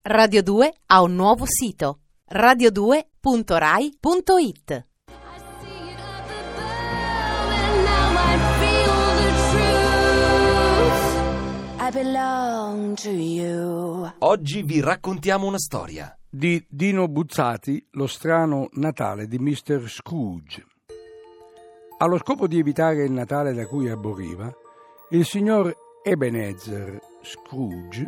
Radio 2 ha un nuovo sito, radio2.rai.it. Oggi vi raccontiamo una storia di Dino Buzzati, Lo strano Natale di Mr. Scrooge. Allo scopo di evitare il Natale da cui aborriva, il signor Ebenezer Scrooge,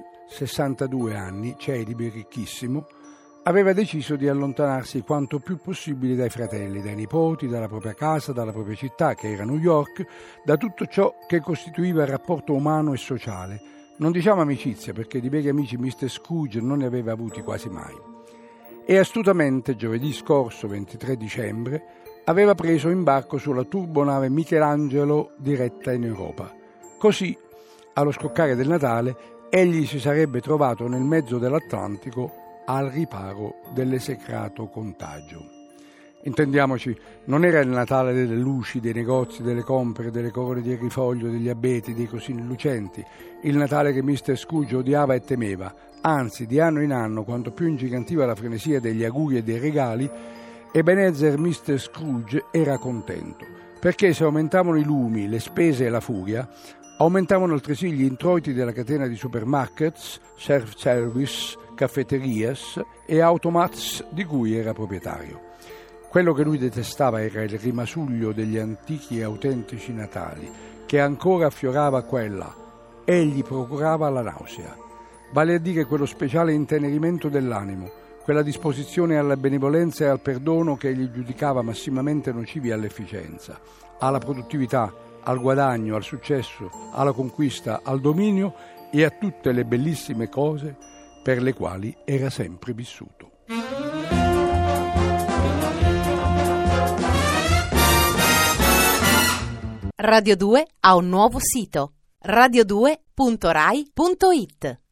62 anni, celibe, ricchissimo, aveva deciso di allontanarsi quanto più possibile dai fratelli, dai nipoti, dalla propria casa, dalla propria città, che era New York, da tutto ciò che costituiva il rapporto umano e sociale. Non diciamo amicizia, perché di veri amici Mr. Scrooge non ne aveva avuti quasi mai. E astutamente, giovedì scorso, 23 dicembre, aveva preso imbarco sulla turbonave Michelangelo diretta in Europa. Così, allo scoccare del Natale, egli si sarebbe trovato nel mezzo dell'Atlantico al riparo dell'esecrato contagio. Intendiamoci, non era il Natale delle luci, dei negozi, delle compere, delle corone di rifoglio, degli abeti, dei cosini lucenti, il Natale che Mr. Scrooge odiava e temeva. Anzi, di anno in anno, quanto più ingigantiva la frenesia degli auguri e dei regali, Ebenezer Mr. Scrooge era contento, perché se aumentavano i lumi, le spese e la furia, aumentavano altresì gli introiti della catena di supermarkets, self-service, caffetterias e automats di cui era proprietario. Quello che lui detestava era il rimasuglio degli antichi e autentici Natali, che ancora affiorava quella e gli procurava la nausea. Vale a dire quello speciale intenerimento dell'animo, quella disposizione alla benevolenza e al perdono che egli giudicava massimamente nocivi all'efficienza, alla produttività, al guadagno, al successo, alla conquista, al dominio e a tutte le bellissime cose per le quali era sempre vissuto. Radio 2 ha un nuovo sito, radio2.rai.it.